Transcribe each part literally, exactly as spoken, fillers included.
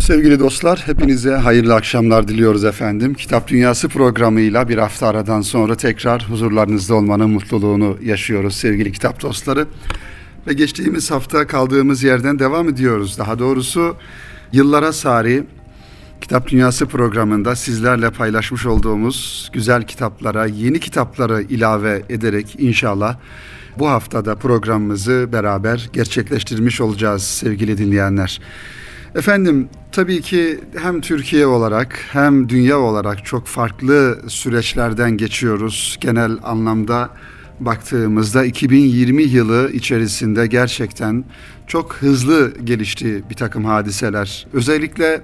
Sevgili dostlar, hepinize hayırlı akşamlar diliyoruz efendim. Kitap Dünyası programıyla bir hafta aradan sonra tekrar huzurlarınızda olmanın mutluluğunu yaşıyoruz sevgili kitap dostları. Ve geçtiğimiz hafta kaldığımız yerden devam ediyoruz. Daha doğrusu yıllara sari Kitap Dünyası programında sizlerle paylaşmış olduğumuz güzel kitaplara, yeni kitapları ilave ederek inşallah bu haftada programımızı beraber gerçekleştirmiş olacağız sevgili dinleyenler. Efendim, tabii ki hem Türkiye olarak hem dünya olarak çok farklı süreçlerden geçiyoruz. Genel anlamda baktığımızda iki bin yirmi yılı içerisinde gerçekten çok hızlı gelişti bir takım hadiseler. Özellikle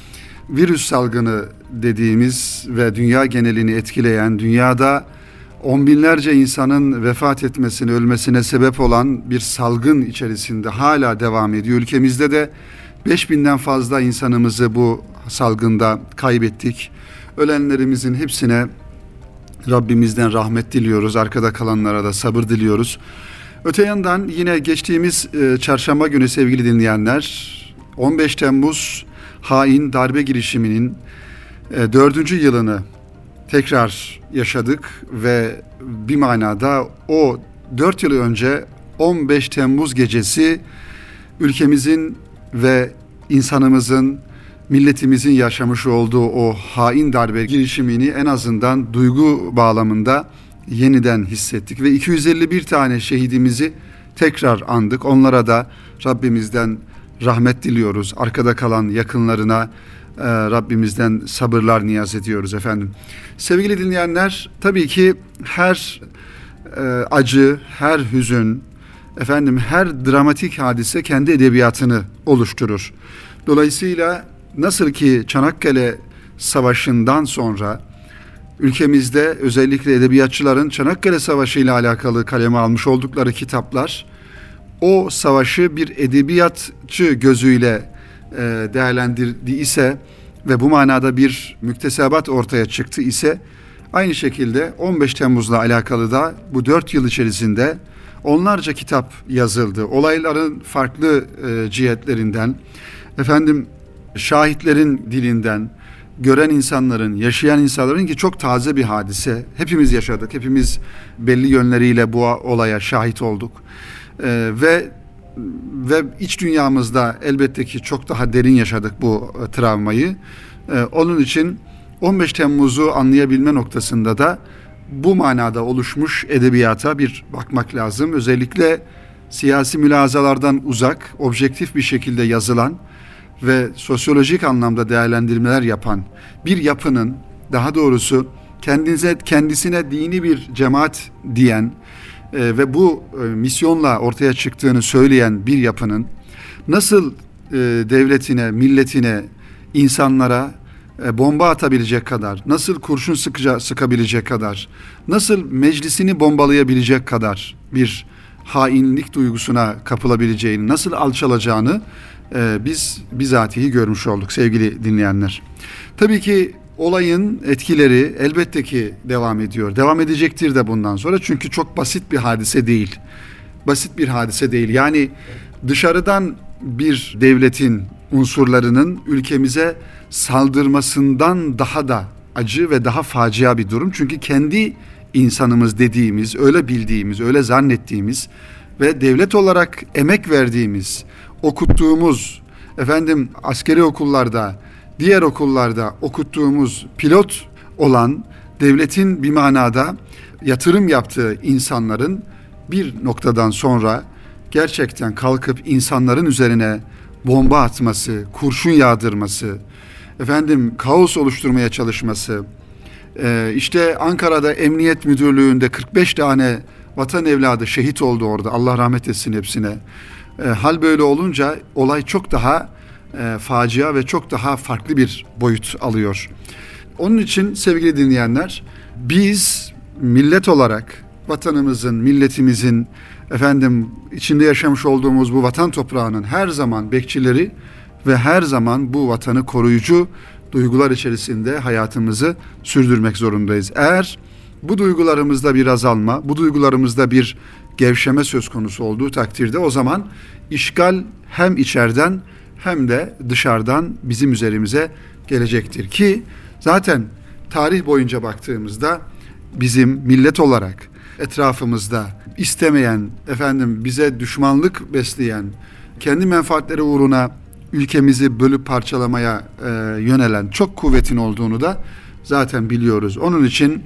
virüs salgını dediğimiz ve dünya genelini etkileyen, dünyada on binlerce insanın vefat etmesine, ölmesine sebep olan bir salgın içerisinde hala devam ediyor. Ülkemizde de beş binden fazla insanımızı bu salgında kaybettik. Ölenlerimizin hepsine Rabbimizden rahmet diliyoruz. Arkada kalanlara da sabır diliyoruz. Öte yandan yine geçtiğimiz e, çarşamba günü sevgili dinleyenler, on beş Temmuz hain darbe girişiminin e, dördüncü yılını tekrar yaşadık ve bir manada o dört yıl önce on beş Temmuz gecesi ülkemizin ve insanımızın, milletimizin yaşamış olduğu o hain darbe girişimini en azından duygu bağlamında yeniden hissettik ve iki yüz elli bir tane şehidimizi tekrar andık. Onlara da Rabbimizden rahmet diliyoruz. Arkada kalan yakınlarına e, Rabbimizden sabırlar niyaz ediyoruz efendim. Sevgili dinleyenler, tabii ki her e, acı, her hüzün, efendim her dramatik hadise kendi edebiyatını oluşturur. Dolayısıyla nasıl ki Çanakkale Savaşı'ndan sonra ülkemizde özellikle edebiyatçıların Çanakkale Savaşı ile alakalı kaleme almış oldukları kitaplar o savaşı bir edebiyatçı gözüyle e, değerlendirdi ise ve bu manada bir müktesebat ortaya çıktı ise, aynı şekilde on beş Temmuz'la alakalı da bu dört yıl içerisinde onlarca kitap yazıldı. Olayların farklı e, cihetlerinden, efendim şahitlerin dilinden, gören insanların, yaşayan insanların, ki çok taze bir hadise. Hepimiz yaşadık, hepimiz belli yönleriyle bu olaya şahit olduk. E, ve ve iç dünyamızda elbette ki çok daha derin yaşadık bu e, travmayı. E, onun için on beş Temmuz'u anlayabilme noktasında da bu manada oluşmuş edebiyata bir bakmak lazım. Özellikle siyasi mülazalardan uzak, objektif bir şekilde yazılan ve sosyolojik anlamda değerlendirmeler yapan bir yapının, daha doğrusu kendinize kendisine dini bir cemaat diyen e, ve bu e, misyonla ortaya çıktığını söyleyen bir yapının nasıl e, devletine, milletine, insanlara bomba atabilecek kadar, nasıl kurşun sıkıca, sıkabilecek kadar, nasıl meclisini bombalayabilecek kadar bir hainlik duygusuna kapılabileceğini, nasıl alçalacağını e, biz bizatihi görmüş olduk sevgili dinleyenler. Tabii ki olayın etkileri elbette ki devam ediyor. Devam edecektir de bundan sonra, çünkü çok basit bir hadise değil. Basit bir hadise değil. Yani dışarıdan bir devletin unsurlarının ülkemize saldırmasından daha da acı ve daha facia bir durum. Çünkü kendi insanımız dediğimiz, öyle bildiğimiz, öyle zannettiğimiz ve devlet olarak emek verdiğimiz, okuttuğumuz, efendim askeri okullarda, diğer okullarda okuttuğumuz pilot olan, devletin bir manada yatırım yaptığı insanların bir noktadan sonra gerçekten kalkıp insanların üzerine bomba atması, kurşun yağdırması, efendim kaos oluşturmaya çalışması, ee, işte Ankara'da Emniyet Müdürlüğü'nde kırk beş tane vatan evladı şehit oldu orada. Allah rahmet etsin hepsine. Ee, hal böyle olunca olay çok daha e, facia ve çok daha farklı bir boyut alıyor. Onun için sevgili dinleyenler, biz millet olarak vatanımızın, milletimizin, efendim içinde yaşamış olduğumuz bu vatan toprağının her zaman bekçileri ve her zaman bu vatanı koruyucu duygular içerisinde hayatımızı sürdürmek zorundayız. Eğer bu duygularımızda bir azalma, bu duygularımızda bir gevşeme söz konusu olduğu takdirde, o zaman işgal hem içeriden hem de dışarıdan bizim üzerimize gelecektir ki zaten tarih boyunca baktığımızda bizim millet olarak etrafımızda istemeyen, efendim bize düşmanlık besleyen, kendi menfaatleri uğruna ülkemizi bölüp parçalamaya e, yönelen çok kuvvetin olduğunu da zaten biliyoruz. Onun için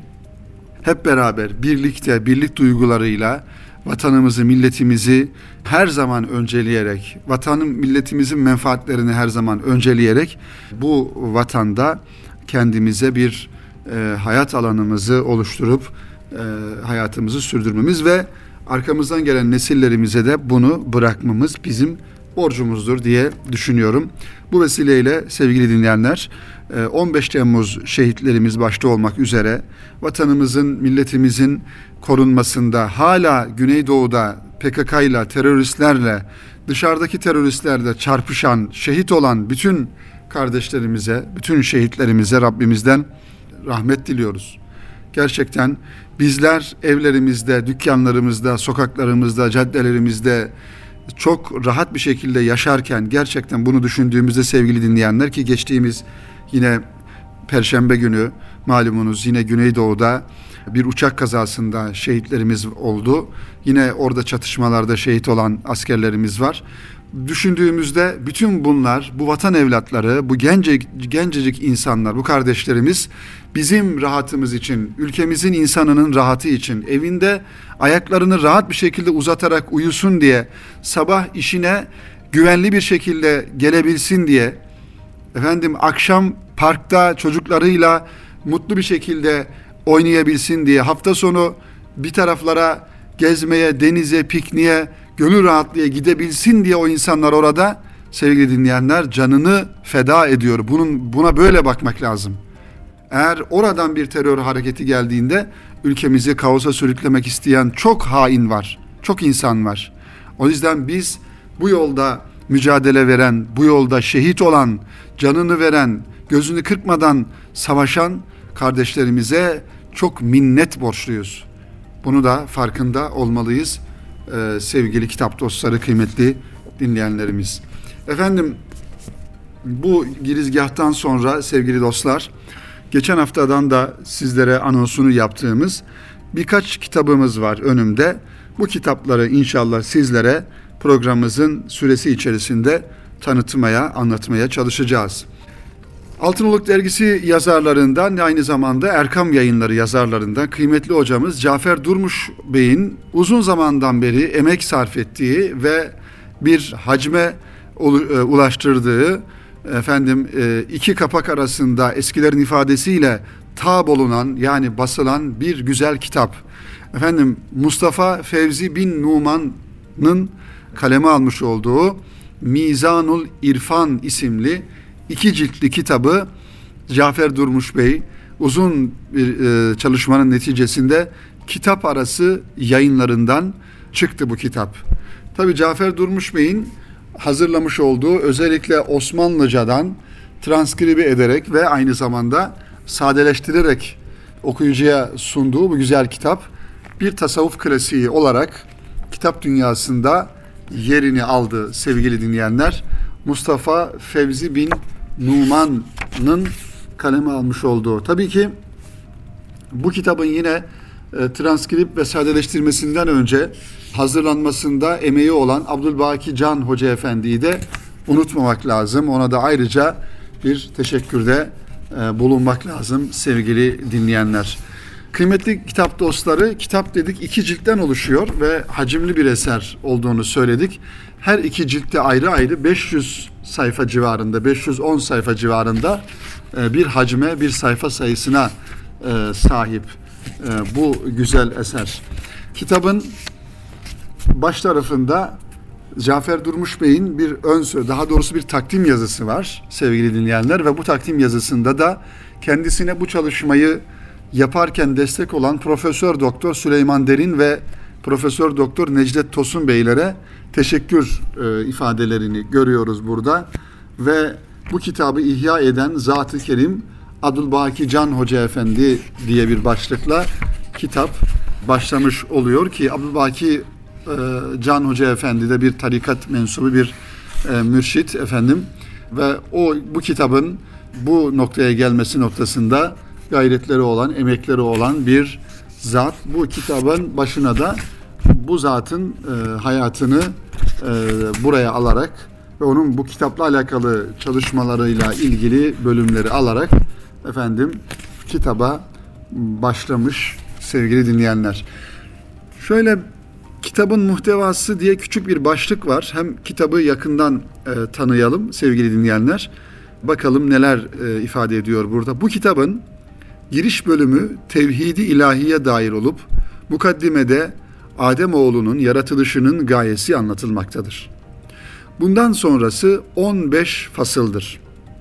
hep beraber birlikte, birlik duygularıyla vatanımızı, milletimizi her zaman önceleyerek, vatanın, milletimizin menfaatlerini her zaman önceleyerek bu vatanda kendimize bir e, hayat alanımızı oluşturup e, hayatımızı sürdürmemiz ve arkamızdan gelen nesillerimize de bunu bırakmamız bizim borcumuzdur diye düşünüyorum. Bu vesileyle sevgili dinleyenler, on beş Temmuz şehitlerimiz başta olmak üzere vatanımızın, milletimizin korunmasında hala Güneydoğu'da P K K ile, teröristlerle, dışarıdaki teröristlerle çarpışan, şehit olan bütün kardeşlerimize, bütün şehitlerimize Rabbimizden rahmet diliyoruz. Gerçekten bizler evlerimizde, dükkanlarımızda, sokaklarımızda, caddelerimizde çok rahat bir şekilde yaşarken gerçekten bunu düşündüğümüzde sevgili dinleyenler, ki geçtiğimiz yine Perşembe günü malumunuz yine Güneydoğu'da bir uçak kazasında şehitlerimiz oldu. Yine orada çatışmalarda şehit olan askerlerimiz var. Düşündüğümüzde bütün bunlar, bu vatan evlatları, bu gence, gencecik insanlar, bu kardeşlerimiz bizim rahatımız için, ülkemizin insanının rahatı için, evinde ayaklarını rahat bir şekilde uzatarak uyusun diye, sabah işine güvenli bir şekilde gelebilsin diye, efendim akşam parkta çocuklarıyla mutlu bir şekilde oynayabilsin diye, hafta sonu bir taraflara gezmeye, denize, pikniğe, gönül rahatlığa gidebilsin diye o insanlar orada sevgili dinleyenler canını feda ediyor. Bunun buna böyle bakmak lazım. Eğer oradan bir terör hareketi geldiğinde ülkemizi kaosa sürüklemek isteyen çok hain var, çok insan var. O yüzden biz bu yolda mücadele veren, bu yolda şehit olan, canını veren, gözünü kırpmadan savaşan kardeşlerimize çok minnet borçluyuz. Bunu da farkında olmalıyız ee, sevgili kitap dostları, kıymetli dinleyenlerimiz. Efendim, bu girizgahtan sonra sevgili dostlar, geçen haftadan da sizlere anonsunu yaptığımız birkaç kitabımız var önümde. Bu kitapları inşallah sizlere programımızın süresi içerisinde tanıtmaya, anlatmaya çalışacağız. Altınoluk Dergisi yazarlarından, aynı zamanda Erkam Yayınları yazarlarından kıymetli hocamız Cafer Durmuş Bey'in uzun zamandan beri emek sarf ettiği ve bir hacme ulaştırdığı, efendim iki kapak arasında eskilerin ifadesiyle tab olunan, yani basılan bir güzel kitap. Efendim Mustafa Fevzi bin Numan'ın kaleme almış olduğu Mizanul İrfan isimli iki ciltli kitabı Cafer Durmuş Bey uzun bir e, çalışmanın neticesinde kitap arası yayınlarından çıktı bu kitap. Tabii Cafer Durmuş Bey'in hazırlamış olduğu, özellikle Osmanlıcadan transkribe ederek ve aynı zamanda sadeleştirerek okuyucuya sunduğu bu güzel kitap bir tasavvuf klasiği olarak kitap dünyasında yerini aldı sevgili dinleyenler. Mustafa Fevzi bin Numan'ın kaleme almış olduğu. Tabii ki bu kitabın yine e, transkrip ve sadeleştirmesinden önce hazırlanmasında emeği olan Abdülbaki Can Hoca Efendi'yi de unutmamak lazım. Ona da ayrıca bir teşekkürde e, bulunmak lazım sevgili dinleyenler. Kıymetli kitap dostları, kitap dedik iki ciltten oluşuyor ve hacimli bir eser olduğunu söyledik. Her iki ciltte ayrı ayrı beş yüz sayfa civarında, beş yüz on sayfa civarında bir hacme, bir sayfa sayısına sahip bu güzel eser. Kitabın baş tarafında Cafer Durmuş Bey'in bir ön söz, daha doğrusu bir takdim yazısı var sevgili dinleyenler ve bu takdim yazısında da kendisine bu çalışmayı yaparken destek olan Profesör Doktor Süleyman Derin ve Profesör Doktor Necdet Tosun Beylere teşekkür e, ifadelerini görüyoruz burada ve bu kitabı ihya eden Zat-ı Kerim Abdülbaki Can Hoca Efendi diye bir başlıkla kitap başlamış oluyor ki Abdülbaki e, Can Hoca Efendi de bir tarikat mensubu bir e, mürşit efendim ve o bu kitabın bu noktaya gelmesi noktasında gayretleri olan, emekleri olan bir zat. Bu kitabın başına da bu zatın e, hayatını e, buraya alarak ve onun bu kitapla alakalı çalışmalarıyla ilgili bölümleri alarak efendim kitaba başlamış sevgili dinleyenler. Şöyle kitabın muhtevası diye küçük bir başlık var. Hem kitabı yakından e, tanıyalım sevgili dinleyenler. Bakalım neler e, ifade ediyor burada. Bu kitabın giriş bölümü tevhid-i ilahiye dair olup mukaddimede Ademoğlunun yaratılışının gayesi anlatılmaktadır. Bundan sonrası on beş fasıldır.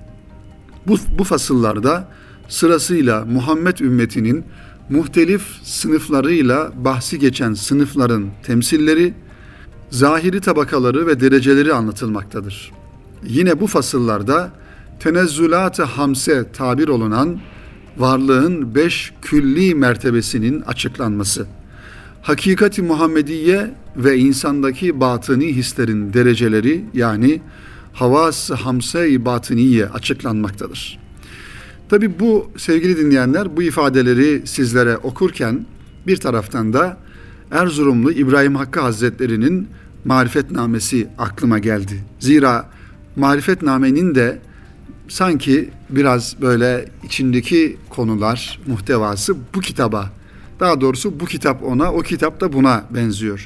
Bu, bu fasıllarda sırasıyla Muhammed ümmetinin muhtelif sınıflarıyla bahsi geçen sınıfların temsilleri, zahiri tabakaları ve dereceleri anlatılmaktadır. Yine bu fasıllarda tenezzülat-ı hamse tabir olunan varlığın beş külli mertebesinin açıklanması, hakikat-i Muhammediye ve insandaki batıni hislerin dereceleri yani havas-ı hamse-i batıniye açıklanmaktadır. Tabi bu sevgili dinleyenler bu ifadeleri sizlere okurken bir taraftan da Erzurumlu İbrahim Hakkı Hazretleri'nin Marifetnamesi aklıma geldi. Zira Marifetname'nin de sanki biraz böyle içindeki konular, muhtevası bu kitaba, daha doğrusu bu kitap ona, o kitap da buna benziyor.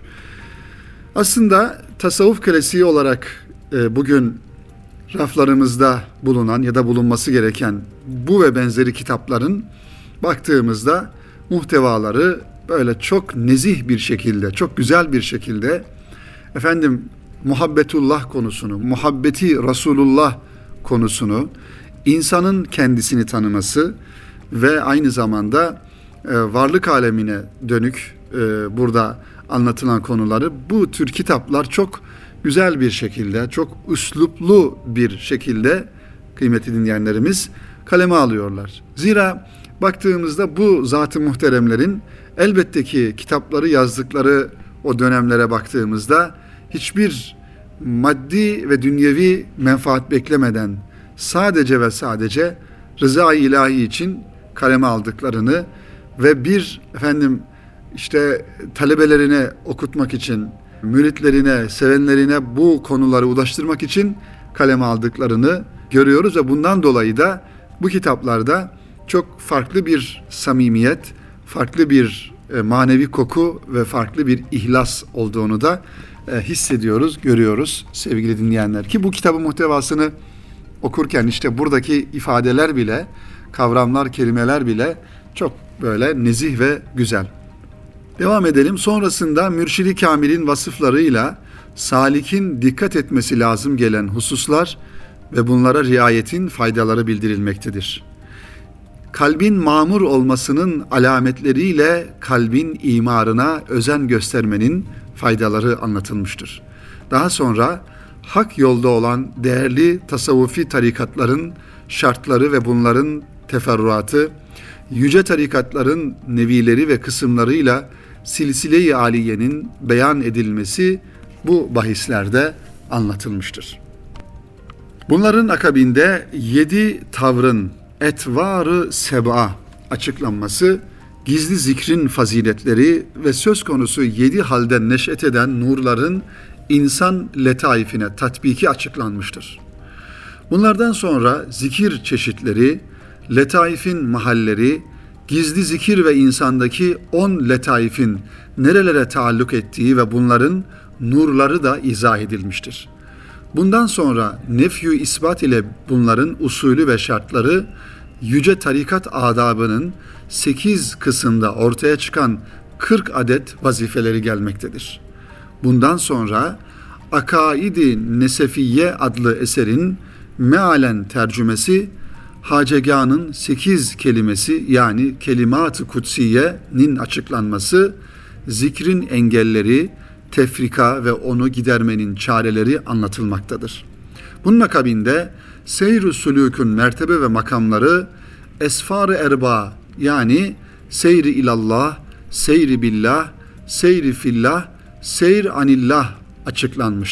Aslında tasavvuf klasiği olarak e, bugün raflarımızda bulunan ya da bulunması gereken bu ve benzeri kitapların baktığımızda muhtevaları böyle çok nezih bir şekilde, çok güzel bir şekilde efendim muhabbetullah konusunu, muhabbeti Resulullah konusunu, insanın kendisini tanıması ve aynı zamanda e, varlık alemine dönük e, burada anlatılan konuları bu tür kitaplar çok güzel bir şekilde, çok üsluplu bir şekilde kıymetli dinleyenlerimiz kaleme alıyorlar. Zira baktığımızda bu zat-ı muhteremlerin elbette ki kitapları yazdıkları o dönemlere baktığımızda hiçbir maddi ve dünyevi menfaat beklemeden sadece ve sadece rıza-i ilahi için kaleme aldıklarını ve bir efendim işte talebelerine okutmak için, müritlerine, sevenlerine bu konuları ulaştırmak için kaleme aldıklarını görüyoruz ve bundan dolayı da bu kitaplarda çok farklı bir samimiyet, farklı bir e, manevi koku ve farklı bir ihlas olduğunu da e, hissediyoruz, görüyoruz sevgili dinleyenler. Ki bu kitabın muhtevasını okurken işte buradaki ifadeler bile, kavramlar, kelimeler bile çok böyle nezih ve güzel. Devam edelim. Sonrasında Mürşid-i Kamil'in vasıflarıyla salikin dikkat etmesi lazım gelen hususlar ve bunlara riayetin faydaları bildirilmektedir. Kalbin mamur olmasının alametleriyle kalbin imarına özen göstermenin faydaları anlatılmıştır. Daha sonra hak yolda olan değerli tasavvufi tarikatların şartları ve bunların teferruatı, yüce tarikatların nevileri ve kısımlarıyla silsile-i aliyenin beyan edilmesi bu bahislerde anlatılmıştır. Bunların akabinde yedi tavrın etvar-ı seb'a açıklanması, gizli zikrin faziletleri ve söz konusu yedi halden neş'et eden nurların insan letaifine tatbiki açıklanmıştır. Bunlardan sonra zikir çeşitleri, letaifin mahalleri, gizli zikir ve insandaki on letaifin nerelere taalluk ettiği ve bunların nurları da izah edilmiştir. Bundan sonra nefyü isbat ile bunların usulü ve şartları, yüce tarikat adabının sekiz kısımda ortaya çıkan kırk adet vazifeleri gelmektedir. Bundan sonra Akaid-i Nesefiye adlı eserin mealen tercümesi, Hacegah'ın sekiz kelimesi yani kelimat-ı kutsiye'nin açıklanması, zikrin engelleri, tefrika ve onu gidermenin çareleri anlatılmaktadır. Bunun akabinde seyr-i sülûkün mertebe ve makamları, esfar-ı erba yani seyri ilallah, seyri billah, seyri fillah, seyr anillah açıklanmıştır.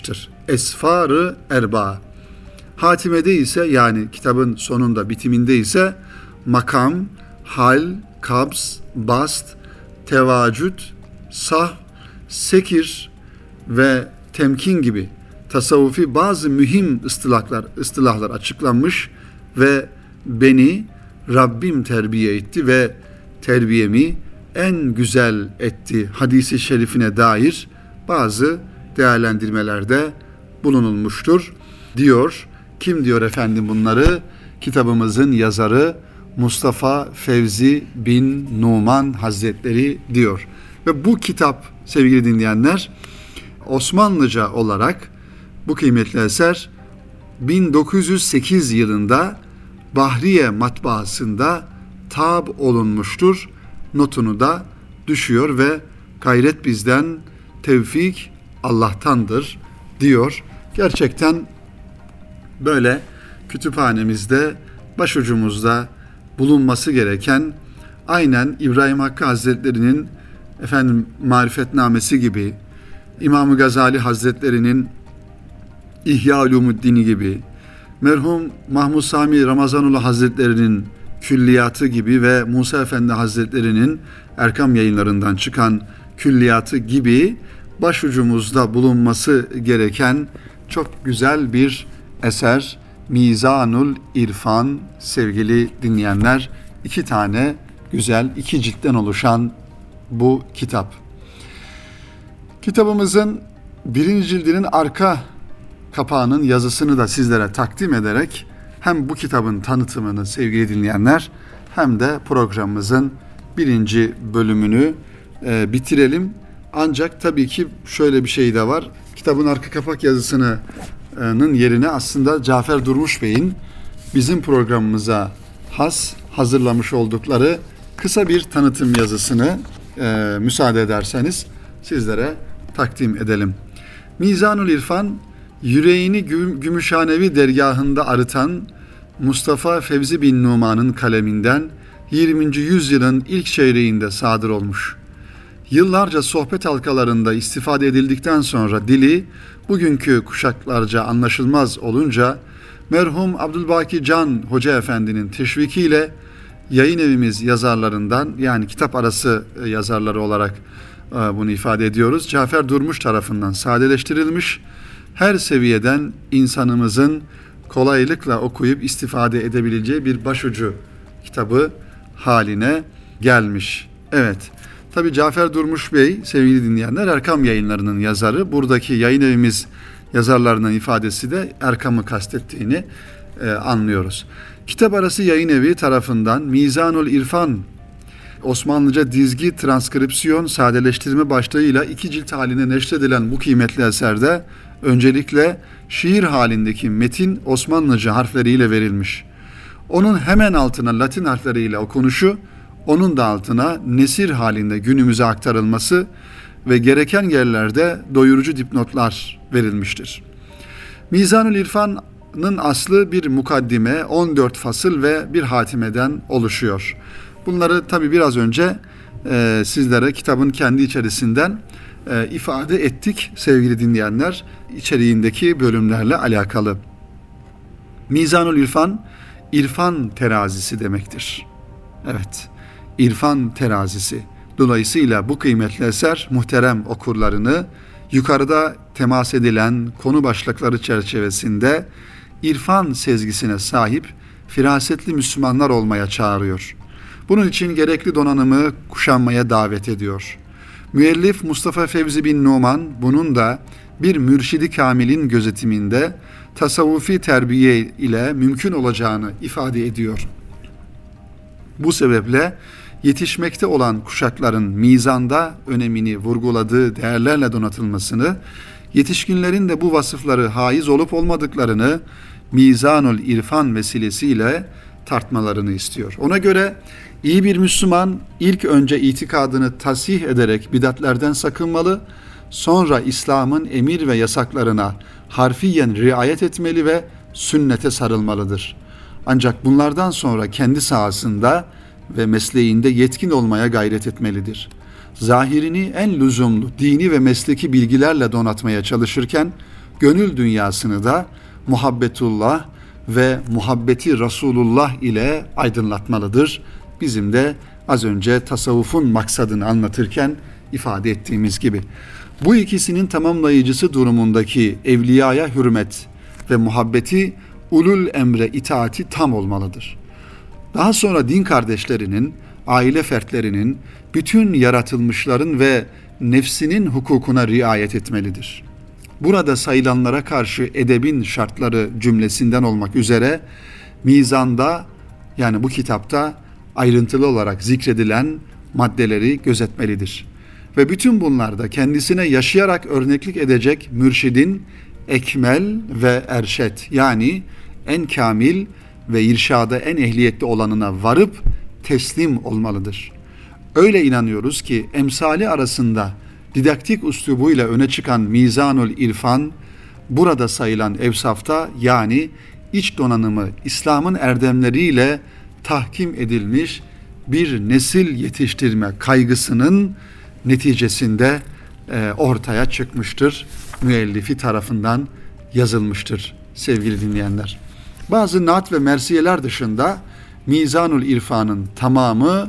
esfarı erba. Hatimede ise yani kitabın sonunda bitiminde ise makam, hal, kabz, bast, tevacüd, sah, sekir ve temkin gibi tasavvufi bazı mühim ıstılahlar, ıstılahlar açıklanmış ve beni Rabbim terbiye etti ve terbiyemi en güzel etti hadisi şerifine dair bazı değerlendirmelerde bulunulmuştur diyor. Kim diyor efendim bunları? Kitabımızın yazarı Mustafa Fevzi bin Numan Hazretleri diyor. Ve bu kitap sevgili dinleyenler Osmanlıca olarak bu kıymetli eser bin dokuz yüz sekiz yılında Bahriye matbaasında tab olunmuştur. Notunu da düşüyor ve gayret bizden, tevfik Allah'tandır diyor. Gerçekten böyle kütüphanemizde başucumuzda bulunması gereken, aynen İbrahim Hakkı Hazretleri'nin efendim Marifetnamesi gibi, İmam-ı Gazali Hazretleri'nin İhya Ulumuddini gibi, merhum Mahmud Sami Ramazanullah Hazretleri'nin Külliyatı gibi ve Musa Efendi Hazretleri'nin Erkam Yayınlarından çıkan Külliyatı gibi başucumuzda bulunması gereken çok güzel bir eser. Mizanul İrfan sevgili dinleyenler, iki tane güzel, iki ciltten oluşan bu kitap. Kitabımızın birinci cildinin arka kapağının yazısını da sizlere takdim ederek hem bu kitabın tanıtımını sevgili dinleyenler hem de programımızın birinci bölümünü e, bitirelim. Ancak tabii ki şöyle bir şey de var. Kitabın arka kapak yazısının yerine aslında Cafer Durmuş Bey'in bizim programımıza has hazırlamış oldukları kısa bir tanıtım yazısını e, müsaade ederseniz sizlere takdim edelim. Mizanul İrfan, yüreğini Gümüşhanevi dergahında arıtan Mustafa Fevzi bin Numan'ın kaleminden yirminci yüzyılın ilk çeyreğinde sadır olmuş. Yıllarca sohbet halkalarında istifade edildikten sonra dili bugünkü kuşaklarca anlaşılmaz olunca merhum Abdülbaki Can Hoca Efendi'nin teşvikiyle yayın evimiz yazarlarından, yani kitap arası yazarları olarak bunu ifade ediyoruz, Cafer Durmuş tarafından sadeleştirilmiş, her seviyeden insanımızın kolaylıkla okuyup istifade edebileceği bir başucu kitabı haline gelmiş. Evet, tabi Cafer Durmuş Bey sevgili dinleyenler Erkam Yayınları'nın yazarı. Buradaki yayın evimiz yazarlarının ifadesi de Erkam'ı kastettiğini e, anlıyoruz. Kitap arası yayın evi tarafından Mizanul İrfan Osmanlıca dizgi, transkripsiyon, sadeleştirme başlığıyla iki cilt haline neşredilen bu kıymetli eserde öncelikle şiir halindeki metin Osmanlıca harfleriyle verilmiş. Onun hemen altına Latin harfleriyle okunuşu, onun da altına nesir halinde günümüze aktarılması ve gereken yerlerde doyurucu dipnotlar verilmiştir. Mizanul İrfan'ın aslı bir mukaddime, on dört fasıl ve bir hatimeden oluşuyor. Bunları tabi biraz önce e, sizlere kitabın kendi içerisinden e, ifade ettik sevgili dinleyenler, içeriğindeki bölümlerle alakalı. Mizanul İrfan, İrfan terazisi demektir. Evet, İrfan terazisi. Dolayısıyla bu kıymetli eser muhterem okurlarını yukarıda temas edilen konu başlıkları çerçevesinde İrfan sezgisine sahip firasetli Müslümanlar olmaya çağırıyor. Bunun için gerekli donanımı kuşanmaya davet ediyor. Müellif Mustafa Fevzi bin Numan bunun da bir mürşidi kamilin gözetiminde tasavvufi terbiye ile mümkün olacağını ifade ediyor. Bu sebeple yetişmekte olan kuşakların mizanda önemini vurguladığı değerlerle donatılmasını, yetişkinlerin de bu vasıfları haiz olup olmadıklarını Mizanul İrfan vesilesiyle tartmalarını istiyor. Ona göre iyi bir Müslüman ilk önce itikadını tasih ederek bidatlerden sakınmalı, sonra İslam'ın emir ve yasaklarına harfiyen riayet etmeli ve sünnete sarılmalıdır. Ancak bunlardan sonra kendi sahasında ve mesleğinde yetkin olmaya gayret etmelidir. Zahirini en lüzumlu dini ve mesleki bilgilerle donatmaya çalışırken, gönül dünyasını da muhabbetullah ve muhabbeti Resulullah ile aydınlatmalıdır. Bizim de az önce tasavvufun maksadını anlatırken ifade ettiğimiz gibi. Bu ikisinin tamamlayıcısı durumundaki evliyaya hürmet ve muhabbeti ulul emre itaati tam olmalıdır. Daha sonra din kardeşlerinin, aile fertlerinin, bütün yaratılmışların ve nefsinin hukukuna riayet etmelidir. Burada sayılanlara karşı edebin şartları cümlesinden olmak üzere mizanda, yani bu kitapta ayrıntılı olarak zikredilen maddeleri gözetmelidir. Ve bütün bunlarda kendisine yaşayarak örneklik edecek mürşidin ekmel ve erşet, yani en kamil ve irşada en ehliyetli olanına varıp teslim olmalıdır. Öyle inanıyoruz ki emsali arasında didaktik üslubuyla öne çıkan Mizanul İrfan, burada sayılan evsafta, yani iç donanımı İslam'ın erdemleriyle tahkim edilmiş bir nesil yetiştirme kaygısının neticesinde e, ortaya çıkmıştır. Müellifi tarafından yazılmıştır sevgili dinleyenler. Bazı naat ve mersiyeler dışında Mizanul İrfan'ın tamamı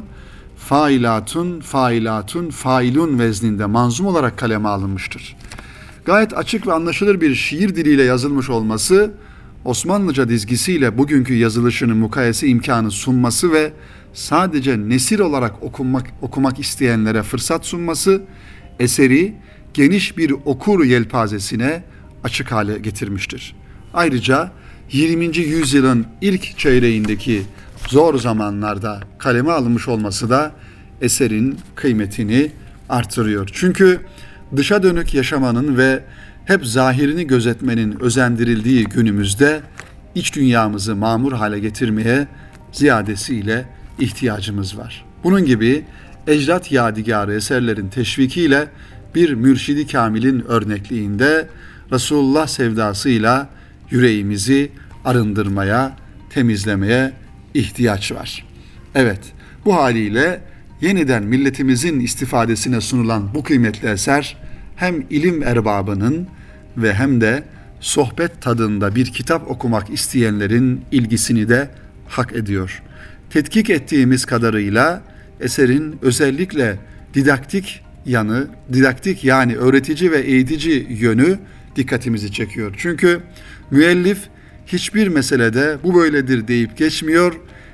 failatun, failatun, failun vezninde manzum olarak kaleme alınmıştır. Gayet açık ve anlaşılır bir şiir diliyle yazılmış olması, Osmanlıca dizgisiyle bugünkü yazılışını mukayese imkanı sunması ve sadece nesir olarak okumak, okumak isteyenlere fırsat sunması, eseri geniş bir okur yelpazesine açık hale getirmiştir. Ayrıca yirminci yüzyılın ilk çeyreğindeki zor zamanlarda kaleme alınmış olması da eserin kıymetini artırıyor. Çünkü dışa dönük yaşamanın ve hep zahirini gözetmenin özendirildiği günümüzde iç dünyamızı mamur hale getirmeye ziyadesiyle ihtiyacımız var. Bunun gibi ecdat yadigarı eserlerin teşvikiyle bir mürşidi kamilin örnekliğinde Resulullah sevdasıyla yüreğimizi arındırmaya, temizlemeye ihtiyaç var. Evet, bu haliyle yeniden milletimizin istifadesine sunulan bu kıymetli eser hem ilim erbabının ve hem de sohbet tadında bir kitap okumak isteyenlerin ilgisini de hak ediyor. Tetkik ettiğimiz kadarıyla eserin özellikle didaktik yanı, didaktik yani öğretici ve eğitici yönü dikkatimizi çekiyor. Çünkü müellif hiçbir meselede bu böyledir deyip geçmiyor.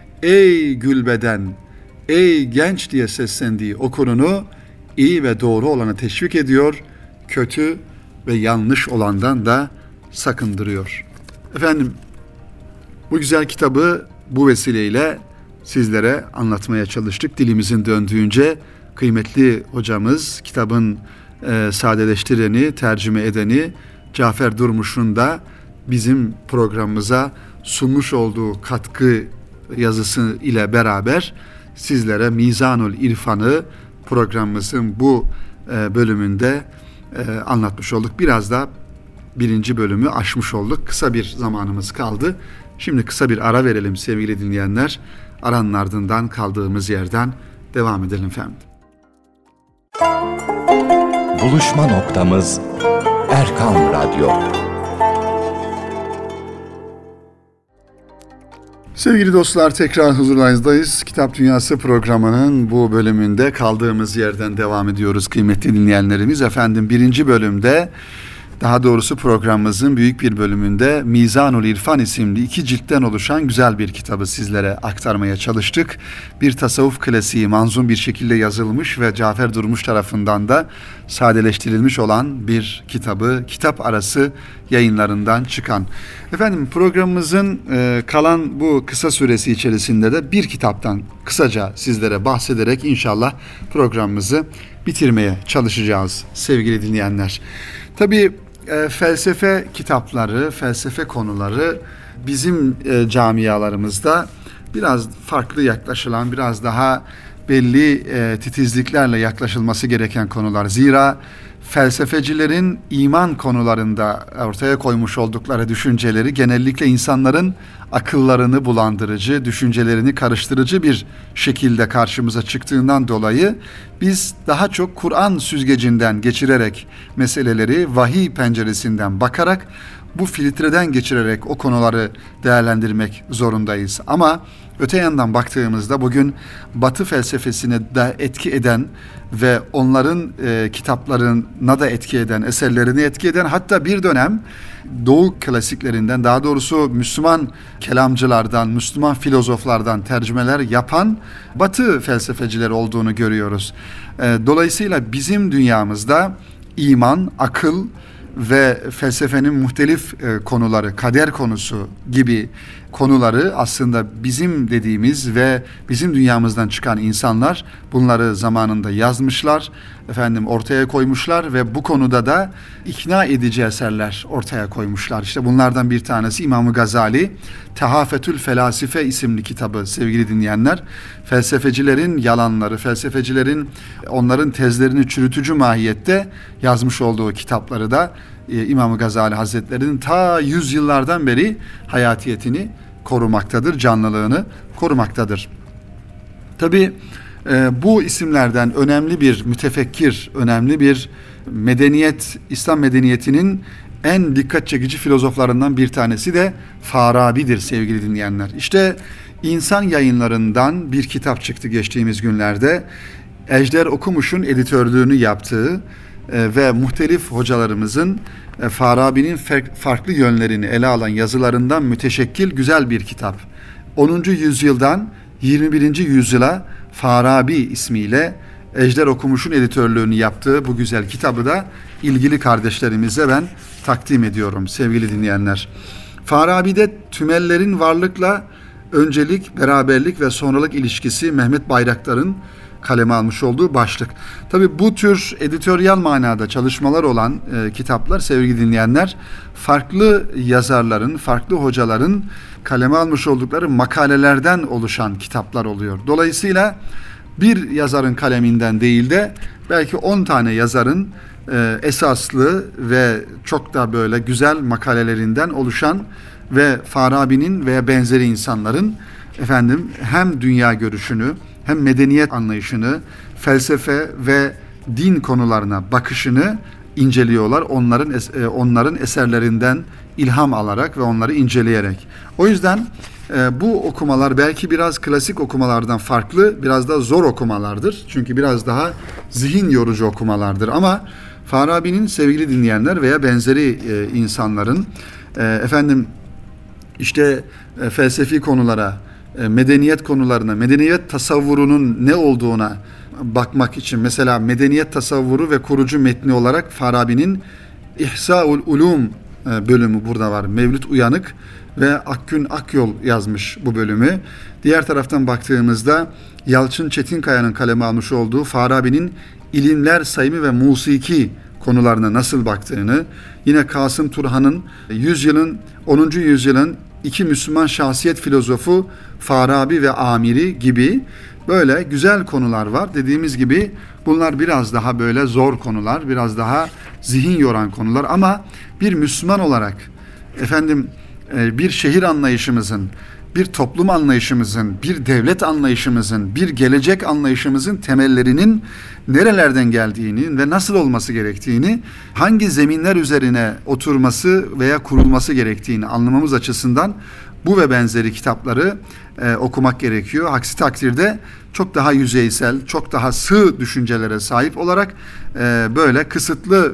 Ey gülbeden, ey genç diye seslendiği okurunu iyi ve doğru olana teşvik ediyor, kötü ve yanlış olandan da sakındırıyor. Efendim, bu güzel kitabı bu vesileyle sizlere anlatmaya çalıştık. Dilimizin döndüğünce kıymetli hocamız, kitabın e, sadeleştireni, tercüme edeni Cafer Durmuş'un da bizim programımıza sunmuş olduğu katkı yazısı ile beraber sizlere Mizanul İrfan'ı programımızın bu e, bölümünde e, anlatmış olduk. Biraz da birinci bölümü aşmış olduk. Kısa bir zamanımız kaldı. Şimdi kısa bir ara verelim sevgili dinleyenler. Aranın ardından kaldığımız yerden devam edelim efendim. Buluşma noktamız Erkam Radyo. Sevgili dostlar, tekrar huzurlarınızdayız. Kitap Dünyası programının bu bölümünde kaldığımız yerden devam ediyoruz kıymetli dinleyenlerimiz. Efendim birinci bölümde, daha doğrusu programımızın büyük bir bölümünde Mizanul İrfan isimli iki ciltten oluşan güzel bir kitabı sizlere aktarmaya çalıştık. Bir tasavvuf klasiği manzum bir şekilde yazılmış ve Cafer Durmuş tarafından da sadeleştirilmiş olan bir kitabı, kitap arası yayınlarından çıkan. Efendim programımızın e, kalan bu kısa süresi içerisinde de bir kitaptan kısaca sizlere bahsederek inşallah programımızı bitirmeye çalışacağız sevgili dinleyenler. Tabii e, felsefe kitapları, felsefe konuları bizim e, camialarımızda biraz farklı yaklaşılan, biraz daha belli e, titizliklerle yaklaşılması gereken konular. Zira felsefecilerin iman konularında ortaya koymuş oldukları düşünceleri genellikle insanların akıllarını bulandırıcı, düşüncelerini karıştırıcı bir şekilde karşımıza çıktığından dolayı biz daha çok Kur'an süzgecinden geçirerek meseleleri vahiy penceresinden bakarak bu filtreden geçirerek o konuları değerlendirmek zorundayız. Ama öte yandan baktığımızda bugün Batı felsefesine de etki eden ve onların e, kitaplarına da etki eden, eserlerini etki eden, hatta bir dönem Doğu klasiklerinden, daha doğrusu Müslüman kelamcılardan, Müslüman filozoflardan tercümeler yapan Batı felsefecileri olduğunu görüyoruz. E, dolayısıyla bizim dünyamızda iman, akıl ve felsefenin muhtelif e, konuları, kader konusu gibi konuları aslında bizim dediğimiz ve bizim dünyamızdan çıkan insanlar bunları zamanında yazmışlar, efendim ortaya koymuşlar ve bu konuda da ikna edici eserler ortaya koymuşlar. İşte bunlardan bir tanesi İmam Gazali, Tehafetül Felasife isimli kitabı sevgili dinleyenler. Felsefecilerin yalanları, felsefecilerin onların tezlerini çürütücü mahiyette yazmış olduğu kitapları da e, İmam Gazali Hazretleri'nin ta yüzyıllardan beri hayatiyetini korumaktadır, canlılığını korumaktadır. Tabii e, bu isimlerden önemli bir mütefekkir, önemli bir medeniyet, İslam medeniyetinin en dikkat çekici filozoflarından bir tanesi de Farabi'dir sevgili dinleyenler. İşte İnsan Yayınları'ndan bir kitap çıktı geçtiğimiz günlerde. Ejder Okumuş'un editörlüğünü yaptığı e, ve muhtelif hocalarımızın e, Farabi'nin fer- farklı yönlerini ele alan yazılarından müteşekkil güzel bir kitap. onuncu yüzyıldan yirmi birinci yüzyıla Farabi ismiyle Ejder Okumuş'un editörlüğünü yaptığı bu güzel kitabı da ilgili kardeşlerimize ben takdim ediyorum sevgili dinleyenler. Farabi'de tümellerin varlıkla öncelik, beraberlik ve sonralık ilişkisi Mehmet Bayraktar'ın kaleme almış olduğu başlık. Tabii bu tür editoryal manada çalışmalar olan e, kitaplar sevgili dinleyenler farklı yazarların, farklı hocaların kaleme almış oldukları makalelerden oluşan kitaplar oluyor. Dolayısıyla bir yazarın kaleminden değil de belki on tane yazarın e, esaslı ve çok da böyle güzel makalelerinden oluşan ve Farabi'nin veya benzeri insanların efendim hem dünya görüşünü hem medeniyet anlayışını, felsefe ve din konularına bakışını inceliyorlar. Onların onların eserlerinden ilham alarak ve onları inceleyerek. O yüzden e, bu okumalar belki biraz klasik okumalardan farklı, biraz da zor okumalardır. Çünkü biraz daha zihin yorucu okumalardır. Ama Farabi'nin sevgili dinleyenler veya benzeri e, insanların e, efendim işte e, felsefi konulara, e, medeniyet konularına, medeniyet tasavvurunun ne olduğuna bakmak için mesela medeniyet tasavvuru ve kurucu metni olarak Farabi'nin İhsaul Ulum e, bölümü burada var. Mevlüt Uyanık ve Akgün Akyol yazmış bu bölümü. Diğer taraftan baktığımızda Yalçın Çetinkaya'nın kaleme almış olduğu Farabi'nin ilimler sayımı ve musiki konularına nasıl baktığını, yine Kasım Turhan'ın yüzyılın onuncu yüzyılın iki Müslüman şahsiyet filozofu Farabi ve Amiri gibi böyle güzel konular var. Dediğimiz gibi bunlar biraz daha böyle zor konular, biraz daha zihin yoran konular ama bir Müslüman olarak efendim bir şehir anlayışımızın, bir toplum anlayışımızın, bir devlet anlayışımızın, bir gelecek anlayışımızın temellerinin nerelerden geldiğini ve nasıl olması gerektiğini, hangi zeminler üzerine oturması veya kurulması gerektiğini anlamamız açısından bu ve benzeri kitapları e, okumak gerekiyor. Aksi takdirde çok daha yüzeysel, çok daha sığ düşüncelere sahip olarak e, böyle kısıtlı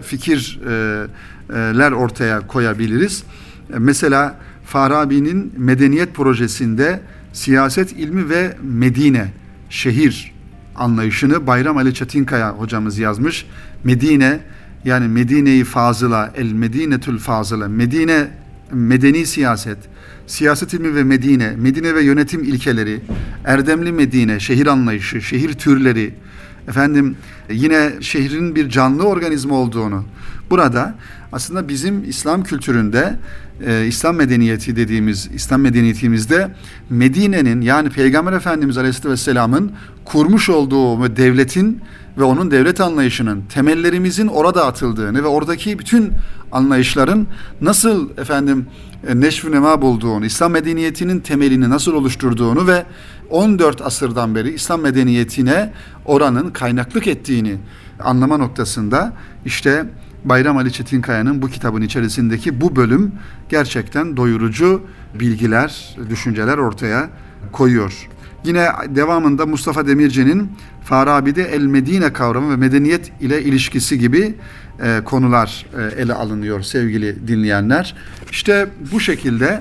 fikirler ortaya koyabiliriz. E, mesela Farabi'nin medeniyet projesinde siyaset ilmi ve Medine, şehir anlayışını Bayram Ali Çetinkaya hocamız yazmış. Medine yani Medine-i Fazıla, El Medinetül Fazıla, Medine medeni siyaset, siyaset ilmi ve Medine, Medine ve yönetim ilkeleri, erdemli Medine, şehir anlayışı, şehir türleri, efendim yine şehrin bir canlı organizma olduğunu burada aslında bizim İslam kültüründe, e, İslam medeniyeti dediğimiz, İslam medeniyetimizde Medine'nin, yani Peygamber Efendimiz Aleyhisselatü Vesselam'ın kurmuş olduğu devletin ve onun devlet anlayışının, temellerimizin orada atıldığını ve oradaki bütün anlayışların nasıl efendim e, neşv-ü nema bulduğunu, İslam medeniyetinin temelini nasıl oluşturduğunu ve on dört asırdan beri İslam medeniyetine oranın kaynaklık ettiğini anlama noktasında işte Bayram Ali Çetinkaya'nın bu kitabın içerisindeki bu bölüm gerçekten doyurucu bilgiler, düşünceler ortaya koyuyor. Yine devamında Mustafa Demirci'nin Farabi'de El Medine kavramı ve medeniyet ile ilişkisi gibi e, konular e, ele alınıyor sevgili dinleyenler. İşte bu şekilde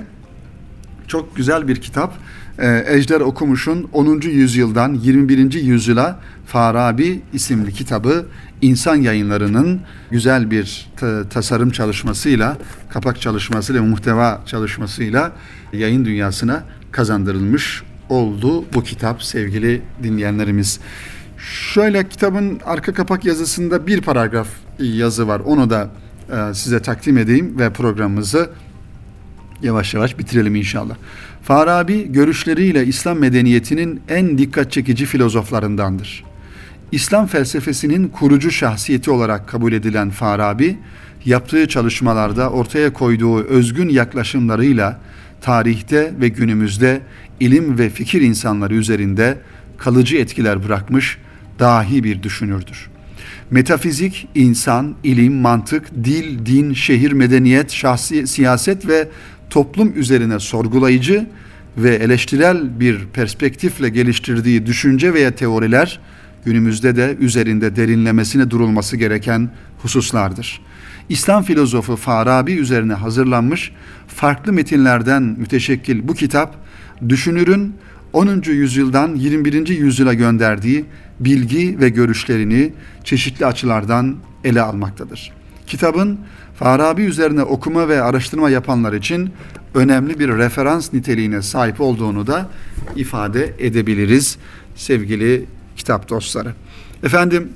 çok güzel bir kitap. E, Ejder Okumuş'un onuncu yüzyıldan yirmi birinci yüzyıla Farabi isimli kitabı İnsan Yayınları'nın güzel bir t- tasarım çalışmasıyla, kapak çalışmasıyla, muhteva çalışmasıyla yayın dünyasına kazandırılmış oldu bu kitap sevgili dinleyenlerimiz. Şöyle kitabın arka kapak yazısında bir paragraf yazı var. Onu da e, size takdim edeyim ve programımızı yavaş yavaş bitirelim inşallah. Farabi görüşleriyle İslam medeniyetinin en dikkat çekici filozoflarındandır. İslam felsefesinin kurucu şahsiyeti olarak kabul edilen Farabi, yaptığı çalışmalarda ortaya koyduğu özgün yaklaşımlarıyla tarihte ve günümüzde ilim ve fikir insanları üzerinde kalıcı etkiler bırakmış dahi bir düşünürdür. Metafizik, insan, ilim, mantık, dil, din, şehir, medeniyet, şahsi, siyaset ve toplum üzerine sorgulayıcı ve eleştirel bir perspektifle geliştirdiği düşünce veya teoriler günümüzde de üzerinde derinlemesine durulması gereken hususlardır. İslam filozofu Farabi üzerine hazırlanmış farklı metinlerden müteşekkil bu kitap, düşünürün onuncu yüzyıldan yirmi birinci yüzyıla gönderdiği bilgi ve görüşlerini çeşitli açılardan ele almaktadır. Kitabın Farabi üzerine okuma ve araştırma yapanlar için önemli bir referans niteliğine sahip olduğunu da ifade edebiliriz sevgili kitap dostları. Efendim,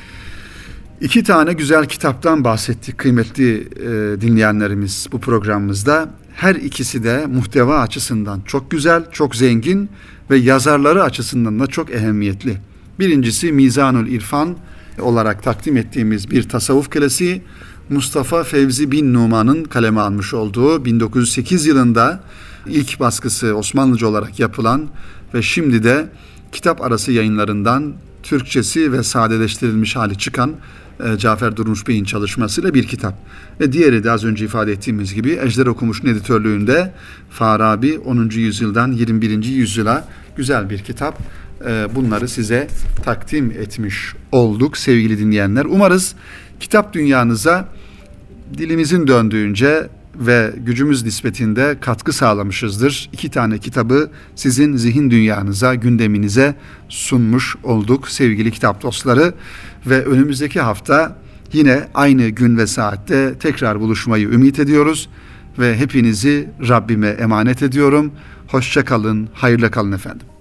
iki tane güzel kitaptan bahsettik kıymetli e, dinleyenlerimiz bu programımızda. Her ikisi de muhteva açısından çok güzel, çok zengin ve yazarları açısından da çok ehemmiyetli. Birincisi Mizanul İrfan olarak takdim ettiğimiz bir tasavvuf klasiği, Mustafa Fevzi bin Numan'ın kaleme almış olduğu bin dokuz yüz sekiz yılında ilk baskısı Osmanlıca olarak yapılan ve şimdi de kitap arası yayınlarından Türkçesi ve sadeleştirilmiş hali çıkan e, Cafer Durmuş Bey'in çalışmasıyla bir kitap. Ve diğeri de az önce ifade ettiğimiz gibi Ejder Okumuş'un editörlüğünde Farabi onuncu yüzyıldan yirmi birinci yüzyıla güzel bir kitap. E, bunları size takdim etmiş olduk sevgili dinleyenler. Umarız kitap dünyanıza dilimizin döndüğünce ve gücümüz nispetinde katkı sağlamışızdır. İki tane kitabı sizin zihin dünyanıza, gündeminize sunmuş olduk sevgili kitap dostları. Ve önümüzdeki hafta yine aynı gün ve saatte tekrar buluşmayı ümit ediyoruz. Ve hepinizi Rabbime emanet ediyorum. Hoşça kalın, hayırla kalın efendim.